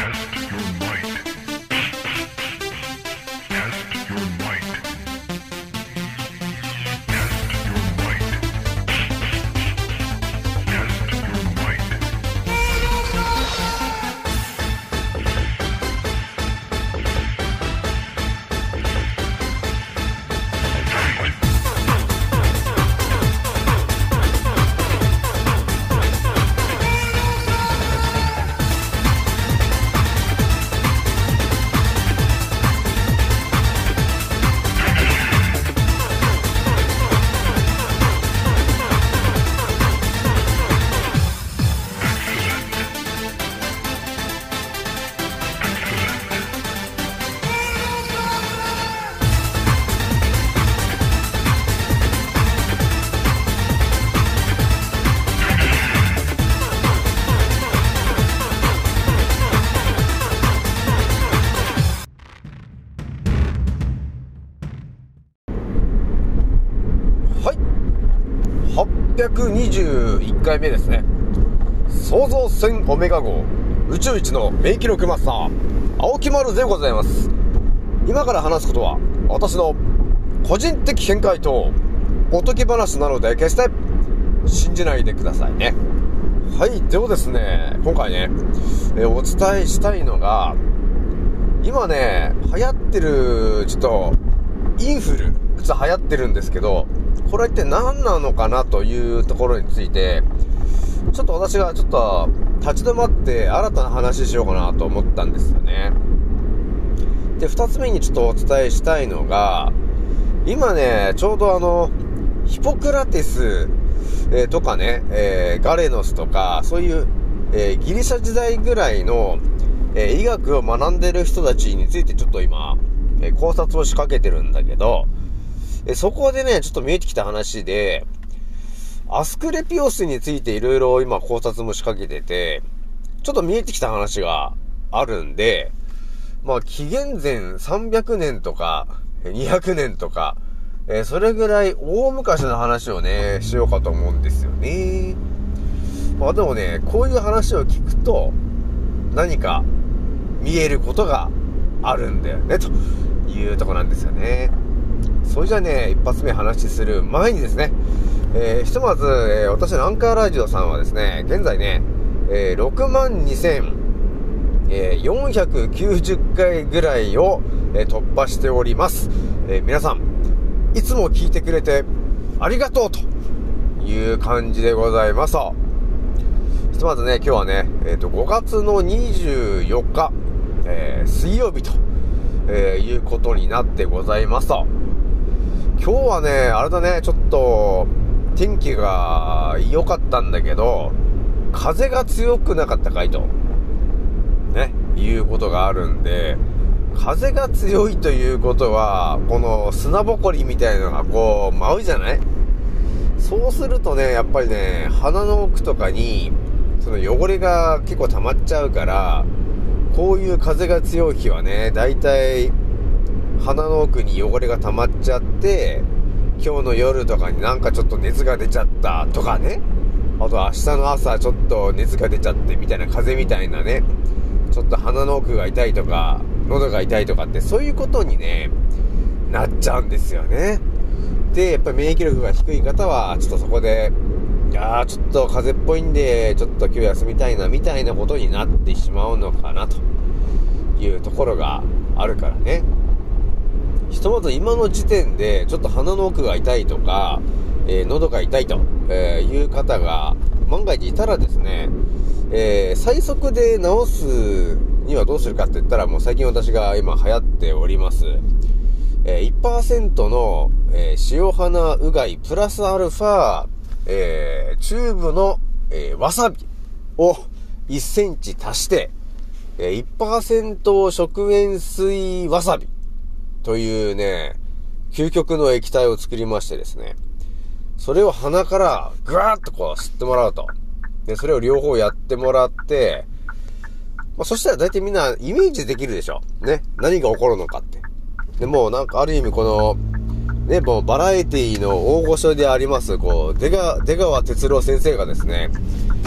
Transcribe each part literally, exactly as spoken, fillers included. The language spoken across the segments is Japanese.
はっぴゃくにじゅういっかいめですね。創造船オメガ号宇宙一の名記録マスター青木丸でございます。今から話すことは私の個人的見解とおとぎ話なので決して信じないでくださいね。はい、ではですね、今回ね、えお伝えしたいのが、今ね流行ってるちょっとインフルちょっと流行ってるんですけど、これは一体何なのかなというところについて、ちょっと私がちょっと立ち止まって新たな話しようかなと思ったんですよね。で、二つ目にちょっとお伝えしたいのが、今ねちょうどあのヒポクラテス、えー、とかね、えー、ガレノスとかそういう、えー、ギリシャ時代ぐらいの、えー、医学を学んでる人たちについてちょっと今、えー、考察を仕掛けてるんだけど、えそこでねちょっと見えてきた話で、アスクレピオスについていろいろ今考察も仕掛けてて、ちょっと見えてきた話があるんで、まあ紀元前さんびゃくねんとかにひゃくねんとか、えー、それぐらい大昔の話をねしようかと思うんですよね。まあでもね、こういう話を聞くと何か見えることがあるんだよねというとこなんですよね。それじゃあね、一発目話する前にですね、えー、ひとまず、えー、私のアンカーラジオさんはですね、現在ね、えー、ろくまんにせんよんひゃくきゅうじゅっかいぐらいを、えー、突破しております。えー、皆さんいつも聞いてくれてありがとうという感じでございます。ひとまずね、今日はね、えー、とごがつのにじゅうよっか、えー、水曜日と、えー、いうことになってございます。今日はね、あれだね、ちょっと天気が良かったんだけど、風が強くなかったかいとね、いうことがあるんで、風が強いということは、この砂ぼこりみたいなのがこう舞うじゃない？そうするとね、やっぱりね、鼻の奥とかにその汚れが結構溜まっちゃうから、こういう風が強い日はね、だいたい鼻の奥に汚れが溜まっちゃって、今日の夜とかになんかちょっと熱が出ちゃったとかね、あと明日の朝ちょっと熱が出ちゃってみたいな、風邪みたいなね、ちょっと鼻の奥が痛いとか喉が痛いとかって、そういうことにねなっちゃうんですよね。で、やっぱり免疫力が低い方はちょっとそこで、いやーちょっと風邪っぽいんでちょっと今日休みたいなみたいなことになってしまうのかなというところがあるからね。ひとまず今の時点でちょっと鼻の奥が痛いとか、えー、喉が痛いと、えー、いう方が万が一いたらですね、えー、最速で治すにはどうするかって言ったら、もう最近私が今流行っております、えー、いちパーセント の、えー、塩花うがいプラスアルファ、えー、チューブの、えー、わさびをいっセンチ足して、えー、いちパーセント 食塩水わさびというね、究極の液体を作りましてですね、それを鼻からぐわーっとこう吸ってもらうと。で、それを両方やってもらって、まあ、そしたら大体みんなイメージできるでしょ。ね。何が起こるのかって。で、もうなんかある意味この、ね、もうバラエティの大御所であります、こう、出川、出川哲朗先生がですね、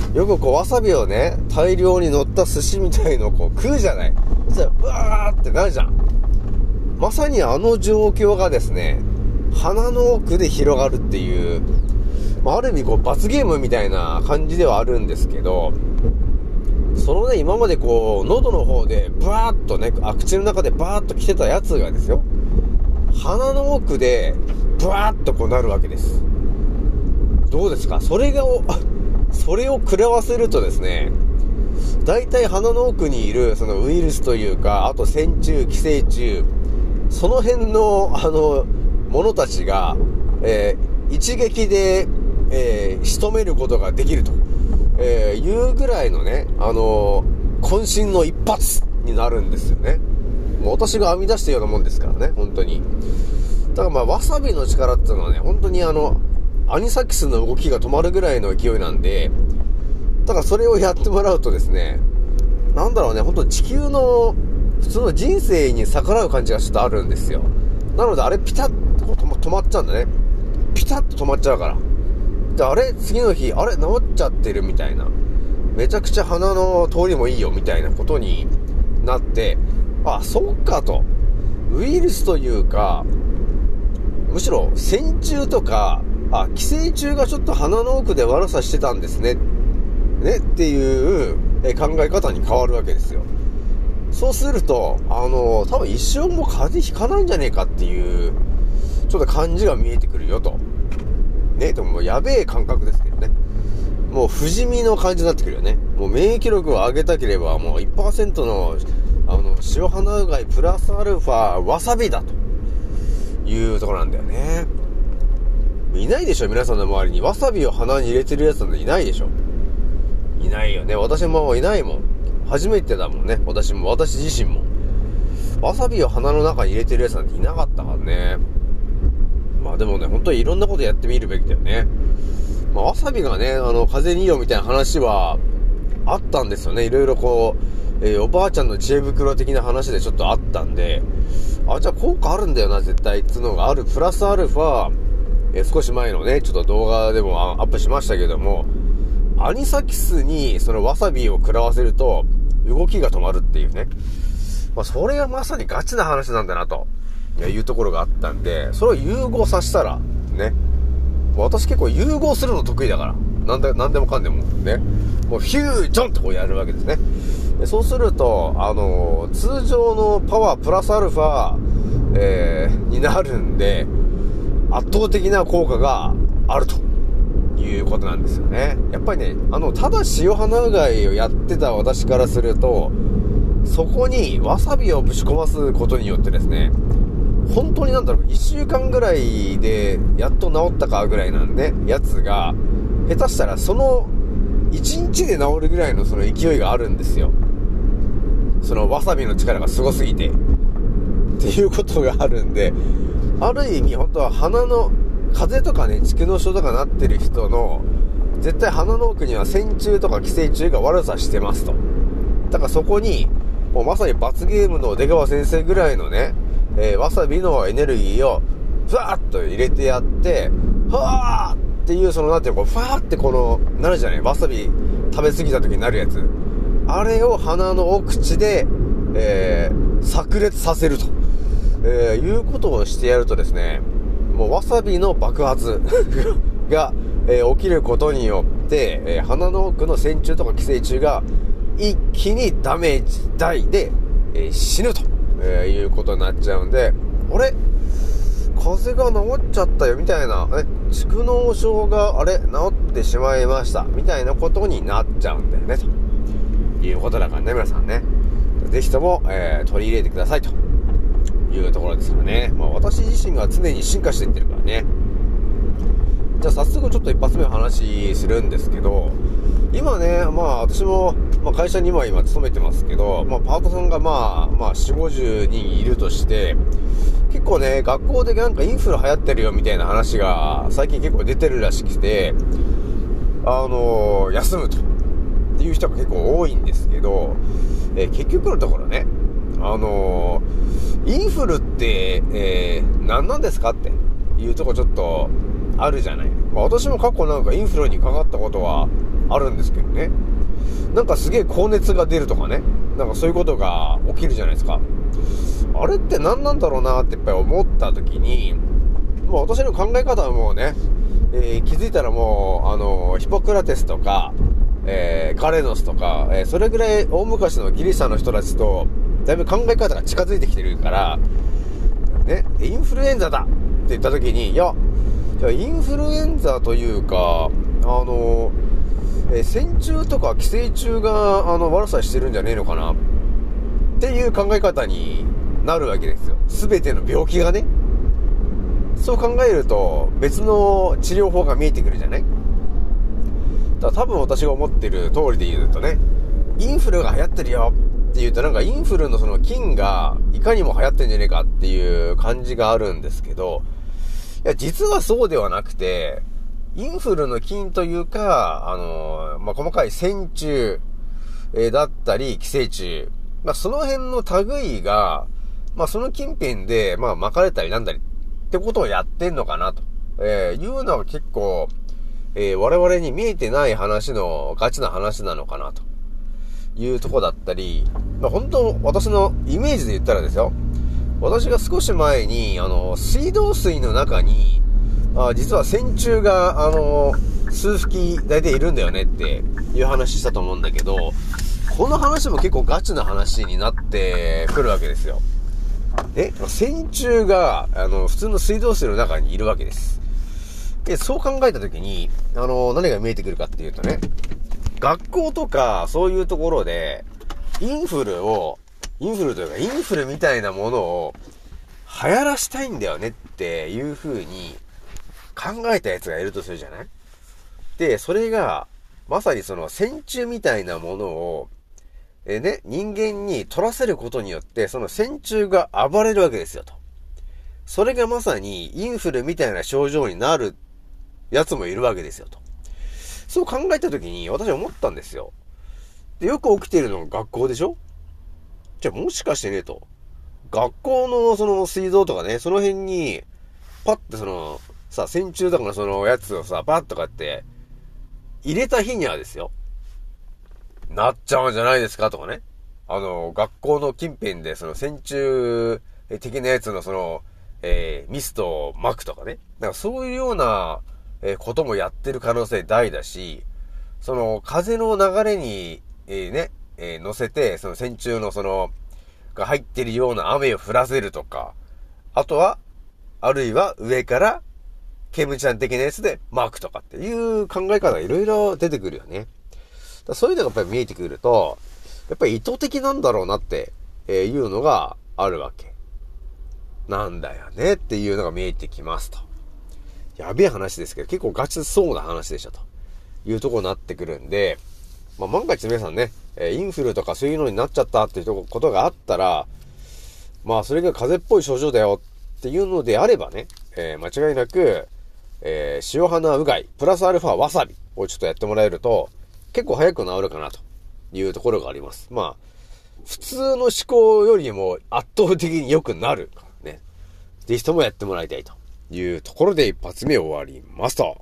よくこうわさびをね大量に乗った寿司みたいのをこう食うじゃない。そしたらうわーってなるじゃん。まさにあの状況がですね鼻の奥で広がるっていう、ある意味こう罰ゲームみたいな感じではあるんですけど、そのね今までこう喉の方でバーッとね、あ口の中でバーッと来てたやつがですよ、鼻の奥でバーッとこうなるわけです。どうですか、それがそれを食らわせるとですね、だいたい鼻の奥にいるそのウイルスというか、あと線虫寄生虫、その辺のあのものたちが、えー、一撃で、えー、仕留めることができると、えー、いうぐらいのね、あのー、渾身の一発になるんですよね。もう私が編み出したようなもんですからね、本当に。だからまあわさびの力っていうのはね、本当にあのアニサキスの動きが止まるぐらいの勢いなんで、だからそれをやってもらうとですね、なんだろうね、本当地球の普通の人生に逆らう感じがちょっとあるんですよ。なのであれピタッと止ま、止まっちゃうんだね。ピタッと止まっちゃうから。で、あれ次の日、あれ治っちゃってるみたいな。めちゃくちゃ鼻の通りもいいよみたいなことになって、あ、そっかと。ウイルスというか、むしろ線虫とか、あ、寄生虫がちょっと鼻の奥で悪さしてたんですね。ねっていう考え方に変わるわけですよ。そうすると、あの、多分一生も風邪ひかないんじゃねえかっていう、ちょっと感じが見えてくるよと。ね、でももうやべえ感覚ですけどね。もう不死身の感じになってくるよね。もう免疫力を上げたければ、もう いちパーセント の、あの、塩鼻うがいプラスアルファわさびだというところなんだよね。いないでしょ、皆さんの周りに。わさびを鼻に入れてるやつなんていないでしょ。いないよね。私もいないもん。初めてだもんね。私も、私自身も。わさびを鼻の中に入れてるやつなんていなかったからね。まあでもね、本当にいろんなことやってみるべきだよね。まあわさびがね、あの、風邪にいいよみたいな話はあったんですよね。いろいろこう、えー、おばあちゃんの知恵袋的な話でちょっとあったんで、あ、じゃあ効果あるんだよな、絶対っていうのがある。プラスアルファ、えー、少し前のね、ちょっと動画でもアップしましたけども、アニサキスにそのわさびを食らわせると動きが止まるっていうね。まあそれはまさにガチな話なんだなというところがあったんで、それを融合させたらね、私結構融合するの得意だから、なんで、なんでもかんでもね、もうフュージョンってこうやるわけですね。でそうすると、あのー、通常のパワープラスアルファ、えー、になるんで、圧倒的な効果があるということなんですよね。やっぱりね、あの、ただ塩鼻うがいをやってた私からすると、そこにわさびをぶち込ますことによってですね、本当になんだろう、いっしゅうかんぐらいでやっと治ったかぐらいなんで、やつが、下手したらそのいちにちで治るぐらいのその勢いがあるんですよ。そのわさびの力がすごすぎて。っていうことがあるんで、ある意味本当は鼻の、風邪とかね、蓄膿症とかなってる人の、絶対鼻の奥には線虫とか寄生虫が悪さしてますと。だからそこに、もうまさに罰ゲームの出川先生ぐらいのね、えー、わさびのエネルギーをふわーっと入れてやってふわーっていう、そのなんていうの、こうふわーってこのなるじゃない、わさび食べ過ぎた時になるやつ、あれを鼻のお口で、えー、炸裂させると、えー、いうことをしてやるとですね、もうわさびの爆発が、えー、起きることによって、えー、鼻の奥の線虫とか寄生虫が一気にダメージ大で、えー、死ぬとえー、いうことになっちゃうんで、あれ風邪が治っちゃったよみたいな、ね、蓄膿症があれ治ってしまいましたみたいなことになっちゃうんだよねということだからね、皆さんね、ぜひとも、えー、取り入れてくださいというところですからね。まあ私自身が常に進化していってるからね。じゃあ早速ちょっと一発目の話するんですけど、今ね、まあ私も、まあ、会社には今勤めてますけど、まあパートさんがまあ、まあよんじゅう、ごじゅうにんいるとして、結構ね、学校でなんかインフル流行ってるよみたいな話が最近結構出てるらしくて、あのー、休むとっていう人が結構多いんですけど、えー、結局のところね、あのー、インフルって、えー、何なんですかっていうところちょっとあるじゃない。まあ、私も過去なんかインフルにかかったことはあるんですけどね。なんかすげえ高熱が出るとかね。なんかそういうことが起きるじゃないですか。あれって何なんだろうなってやっぱり思った時に、もう私の考え方はもうね、えー、気づいたらもう、あのー、ヒポクラテスとか、えー、ガレノスとか、えー、それぐらい大昔のギリシャの人たちと、だいぶ考え方が近づいてきてるから、ね、インフルエンザだって言った時に、いや、じゃあインフルエンザというか、あのー、えー、線虫とか寄生虫が、あの、悪さしてるんじゃねえのかなっていう考え方になるわけですよ。すべての病気がね。そう考えると別の治療法が見えてくるじゃない。だから多分私が思ってる通りで言うとね、インフルが流行ってるよって言うと、なんかインフルのその菌がいかにも流行ってんじゃねえかっていう感じがあるんですけど、いや実はそうではなくて、インフルの菌というか、あのー、まあ、細かい線虫、えー、だったり寄生虫、まあ、その辺の類が、まあ、その近辺で、まあ、巻かれたりなんだりってことをやってんのかなと、えー、いうのは結構、えー、我々に見えてない話のガチな話なのかなというとこだったり、まあ、本当私のイメージで言ったらですよ、私が少し前に、あの、水道水の中に、あ実は線虫が、あの、数匹大体いるんだよねっていう話したと思うんだけど、この話も結構ガチな話になってくるわけですよ。え、線虫が、あの、普通の水道水の中にいるわけです。で、そう考えたときに、あの、何が見えてくるかっていうとね、学校とかそういうところで、インフルを、インフルというか、インフルみたいなものを流行らしたいんだよねっていう風に考えたやつがいるとするじゃない？で、それが、まさにその線虫みたいなものを、えね、人間に取らせることによって、その線虫が暴れるわけですよと。それがまさにインフルみたいな症状になるやつもいるわけですよと。そう考えたときに私は思ったんですよ。で、よく起きているのが学校でしょ？じゃあもしかしてねと。学校のその水道とかね、その辺に、パッてその、さ、線虫とかのそのやつをさ、パッとかって、入れた日にはですよ。なっちゃうんじゃないですかとかね。あの、学校の近辺でその線虫的なやつのその、えー、ミストを撒くとかね。だからそういうような、えー、こともやってる可能性大だし、その風の流れに、えー、ね、えー、乗せて、その線虫のその、が入ってるような雨を降らせるとか、あとは、あるいは上から、ケムちゃん的なやつで撒くとかっていう考え方がいろいろ出てくるよね。だそういうのがやっぱり見えてくると、やっぱり意図的なんだろうなっていうのがあるわけ。なんだよねっていうのが見えてきますと。やべえ話ですけど、結構ガチそうな話でしたというところになってくるんで、まあ万が一皆さんね、インフルとかそういうのになっちゃったっていうことがあったら、まあそれが風邪っぽい症状だよっていうのであればね、えー、間違いなく、えー、塩花うがい、プラスアルファわさびをちょっとやってもらえると、結構早く治るかなというところがあります。まあ、普通の思考よりも圧倒的に良くなるからね。ぜひともやってもらいたいというところで一発目終わりますと。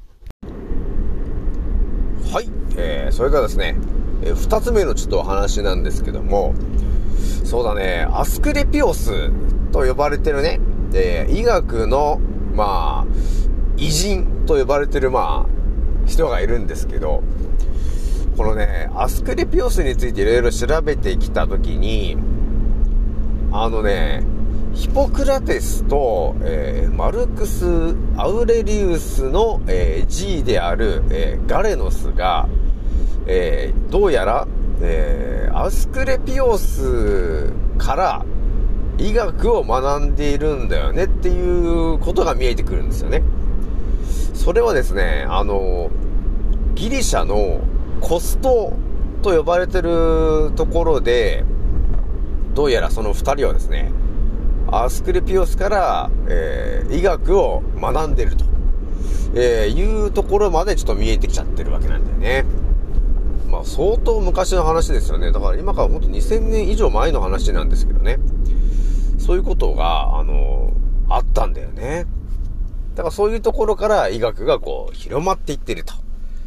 はい、えー、それからですね、えー、二つ目のちょっとお話なんですけども、そうだね、アスクレピオスと呼ばれてるね、えー、医学の、まあ、偉人と呼ばれてる、まあ、人がいるんですけど、このね、アスクレピオスについていろいろ調べてきたときに、あのね、ヒポクラテスと、えー、マルクス・アウレリウスの、えー、G である、えー、ガレノスが、えー、どうやら、えー、アスクレピオスから医学を学んでいるんだよねっていうことが見えてくるんですよね。それはですね、あの、ギリシャのコストと呼ばれてるところで、どうやらその二人はですね、アスクレピオスから、えー、医学を学んでると、えー、いうところまでちょっと見えてきちゃってるわけなんだよね。まあ相当昔の話ですよね。だから今からほんとにせんねん以上前の話なんですけどね。そういうことが、あのー、あったんだよね。だからそういうところから医学がこう広まっていってると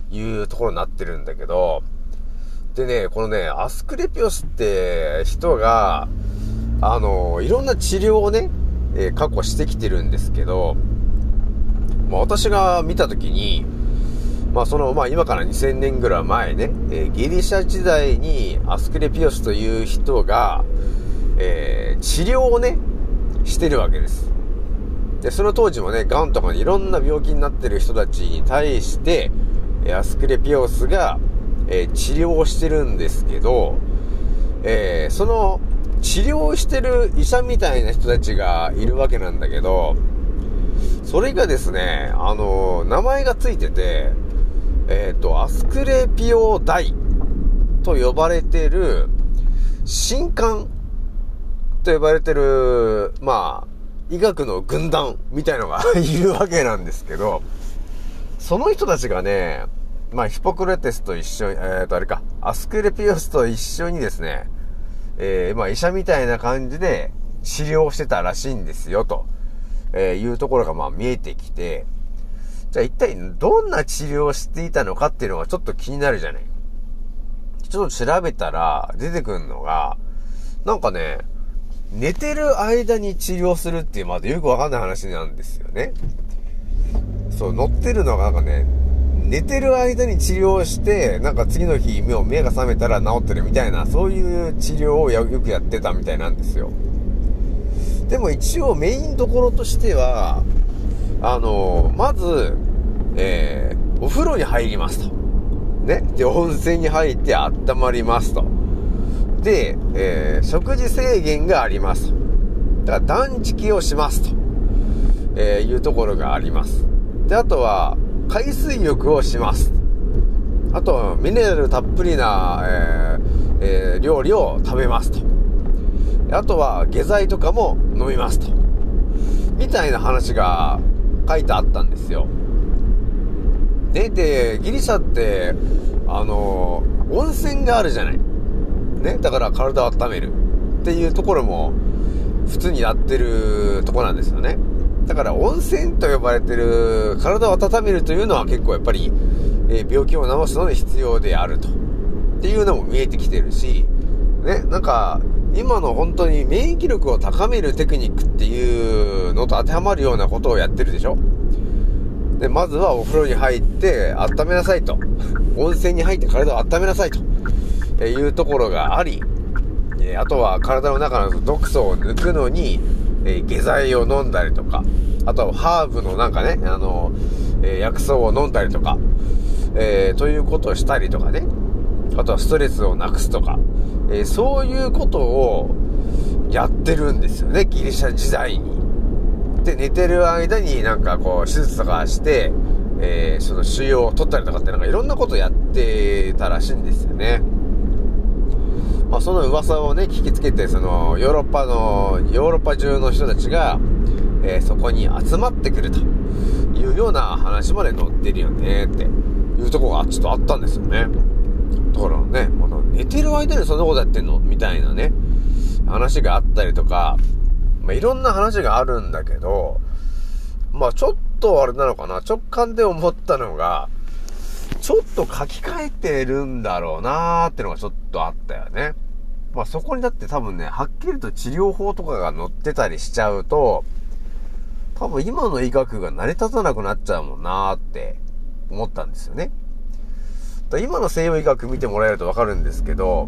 いうところになってるんだけど、でね、このね、アスクレピオスって人が、あの、いろんな治療をね、えー、過去してきてるんですけど、まあ、私が見たときに、まあその、まあ今からにせんねんぐらい前ね、えー、ギリシャ時代にアスクレピオスという人が、えー、治療をね、してるわけです。で、その当時もね、ガンとかいろんな病気になってる人たちに対して、アスクレピオスが、えー、治療をしてるんですけど、えー、その治療をしてる医者みたいな人たちがいるわけなんだけど、それがですね、あのー、名前がついてて、えっと、アスクレピオ大と呼ばれてる、神官と呼ばれてる、まあ、医学の軍団みたいのがいるわけなんですけど、その人たちがね、まあ、ヒポクラテスと一緒に、えっと、あれか、アスクレピオスと一緒にですね、えー、まあ、医者みたいな感じで治療してたらしいんですよ、と、えー、いうところがまあ見えてきて、じゃあ一体どんな治療をしていたのかっていうのがちょっと気になるじゃない。ちょっと調べたら出てくるのが、なんかね、寝てる間に治療するっていうまだよくわかんない話なんですよね。そう、乗ってるのがなんかね、寝てる間に治療して、なんか次の日目を目が覚めたら治ってるみたいな、そういう治療をよくやってたみたいなんですよ。でも一応メインどころとしては、あのー、まず、えー、お風呂に入りますと。ね。で、温泉に入って温まりますと。で、えー、食事制限がありますと。だから断食をしますと、えー、いうところがあります。で、あとは、海水浴をします。あと、ミネラルたっぷりな、えーえー、料理を食べますと。あとは、下剤とかも飲みますと。みたいな話が書いてあったんですよ。で、で、ギリシャって、あのー、温泉があるじゃない。ね。だから体を温めるっていうところも普通にやってるところなんですよね。だから温泉と呼ばれてる体を温めるというのは結構やっぱり、えー、病気を治すのに必要であると。っていうのも見えてきてるし、ね。なんか、今の本当に免疫力を高めるテクニックっていうのと当てはまるようなことをやってるでしょ。で、まずはお風呂に入って温めなさいと。温泉に入って体を温めなさいというところがあり、あとは体の中の毒素を抜くのに下剤を飲んだりとか、あとはハーブのなんかね、あの、薬草を飲んだりとか、えー、ということをしたりとかね。あとはストレスをなくすとか、えー、そういうことをやってるんですよね、ギリシャ時代に。で、寝てる間になんかこう手術とかして、えー、その腫瘍を取ったりとかってなんかいろんなことやってたらしいんですよね。まあその噂をね聞きつけて、そのヨーロッパのヨーロッパ中の人たちが、えー、そこに集まってくるというような話まで載ってるよねっていうところがちょっとあったんですよね。だからね、まだ寝てる間にそんなことやってんのみたいなね話があったりとか、まあ、いろんな話があるんだけど、まあちょっとあれなのかな、直感で思ったのが、ちょっと書き換えてるんだろうなーってのがちょっとあったよね。まあそこにだって多分ね、はっきりと治療法とかが載ってたりしちゃうと、多分今の医学が成り立たなくなっちゃうもんなーって思ったんですよね。今の西洋医学見てもらえるとわかるんですけど、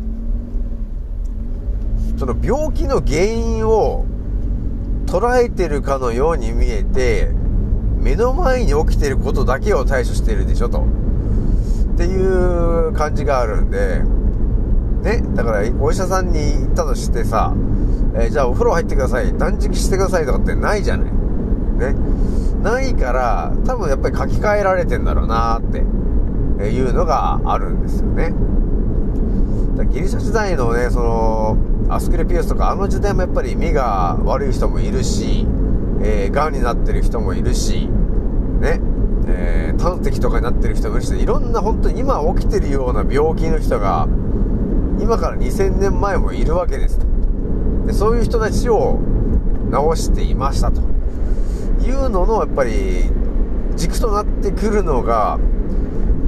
その病気の原因を捉えてるかのように見えて、目の前に起きてることだけを対処してるでしょとっていう感じがあるんでね。だからお医者さんに行ったとしてさ、えー、じゃあお風呂入ってください、断食してくださいとかってないじゃないね。ないから多分やっぱり書き換えられてんだろうなーっていうのがあるんですよね。だギリシャ時代のね、そのアスクレピオスとかあの時代もやっぱり目が悪い人もいるし、えー、癌になってる人もいるしね、えー、胆石とかになってる人もいるし、いろんな本当に今起きてるような病気の人が今からにせんねんまえもいるわけですと。でそういう人たちを治していましたというののやっぱり軸となってくるのが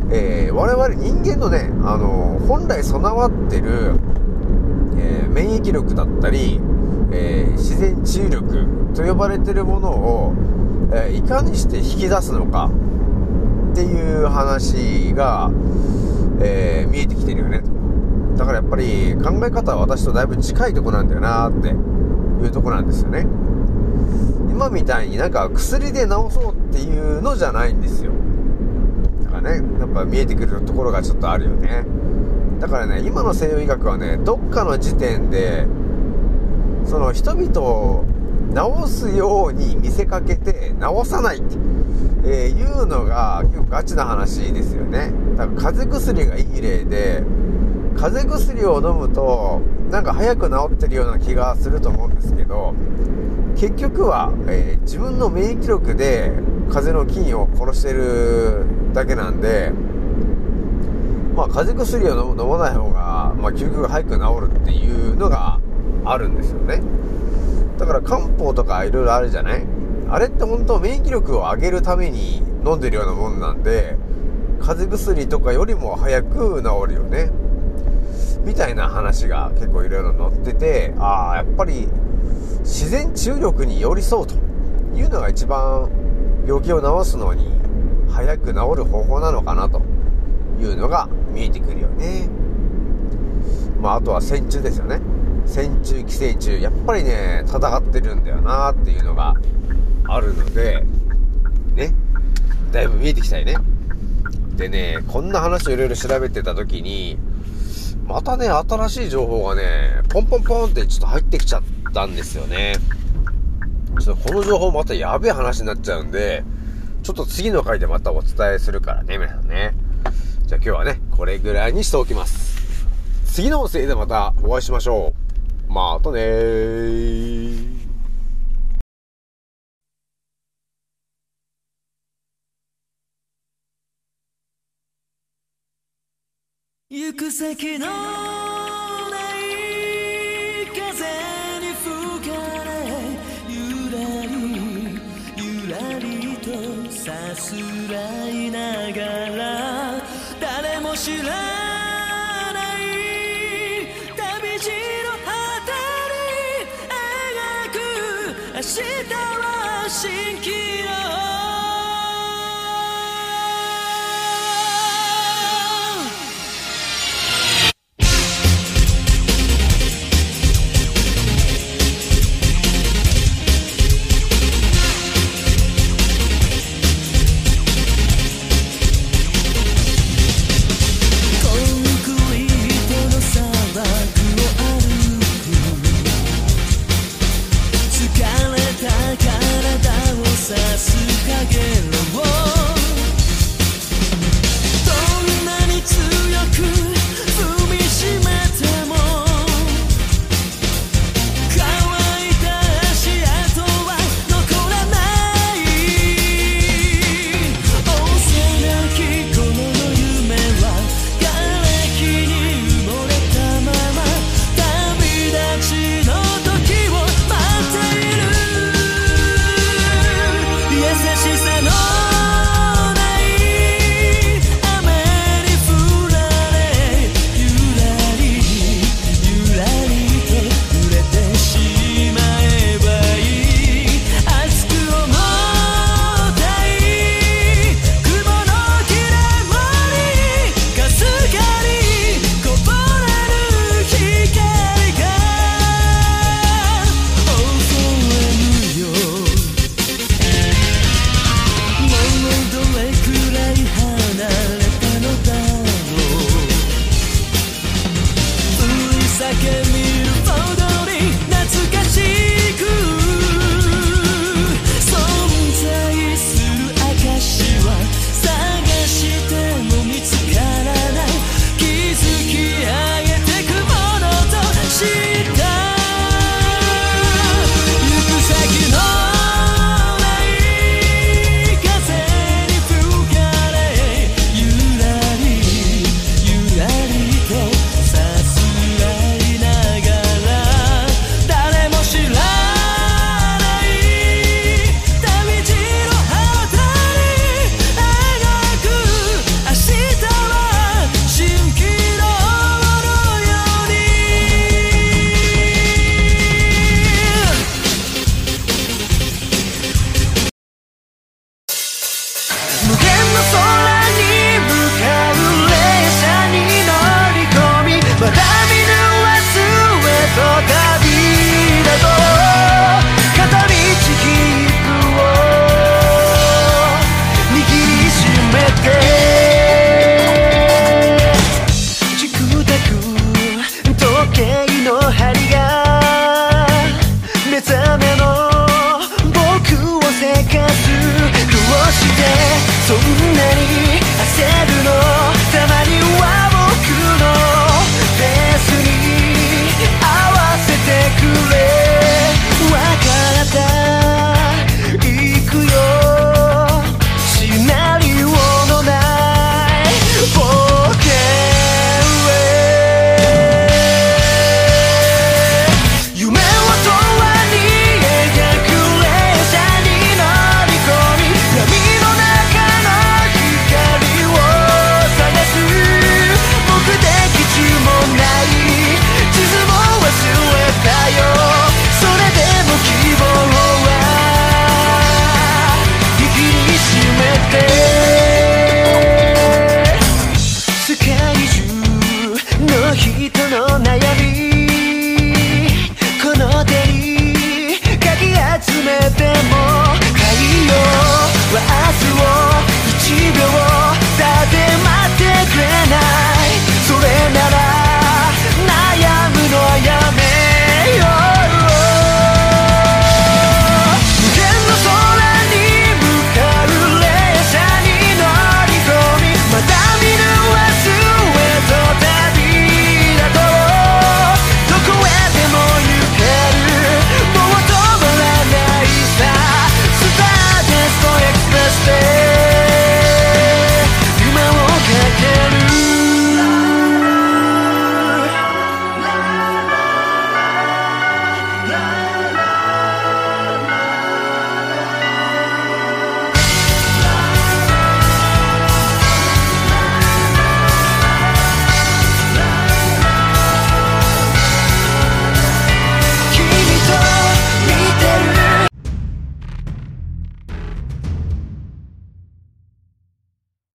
えー、我々人間のね、あのー、本来備わってる、えー、免疫力だったり、えー、自然治癒力と呼ばれてるものを、えー、いかにして引き出すのかっていう話が、えー、見えてきてるよね。だからやっぱり考え方は私とだいぶ近いとこなんだよなっていうとこなんですよね。今みたいになんか薬で治そうっていうのじゃないんですよ。だからね、やっぱ見えてくるところがちょっとあるよね。だからね、今の西洋医学はね、どっかの時点でその人々を治すように見せかけて治さないって、えー、いうのが結構ガチな話ですよね。だから風邪薬がいい例で、風邪薬を飲むとなんか早く治ってるような気がすると思うんですけど、結局は、えー、自分の免疫力で風邪の菌を殺してるだけなんで、まあ風邪薬を飲まない方が、まあ、究極早く治るっていうのがあるんですよね。だから漢方とかいろいろあるじゃない。あれって本当免疫力を上げるために飲んでるようなもんなんで、風邪薬とかよりも早く治るよねみたいな話が結構いろいろ載ってて、ああやっぱり自然治癒力に寄り添うというのが一番病気を治すのに早く治る方法なのかなというのが見えてくるよね。まああとは線虫ですよね。線虫寄生虫やっぱりね戦ってるんだよなっていうのがあるのでね、だいぶ見えてきたよね。でね、こんな話をいろいろ調べてた時にまたね新しい情報がねポンポンポンってちょっと入ってきちゃったんですよね。ちょっとこの情報またやべえ話になっちゃうんで、ちょっと次の回でまたお伝えするからね皆さんね。じゃあ今日はねこれぐらいにしておきます。次の音声でまたお会いしましょう。またねー。 行く先のない風に吹かれ、ゆらりゆらりとさすらいながら、誰も知らない旅路の果てに描く明日は蜃気楼。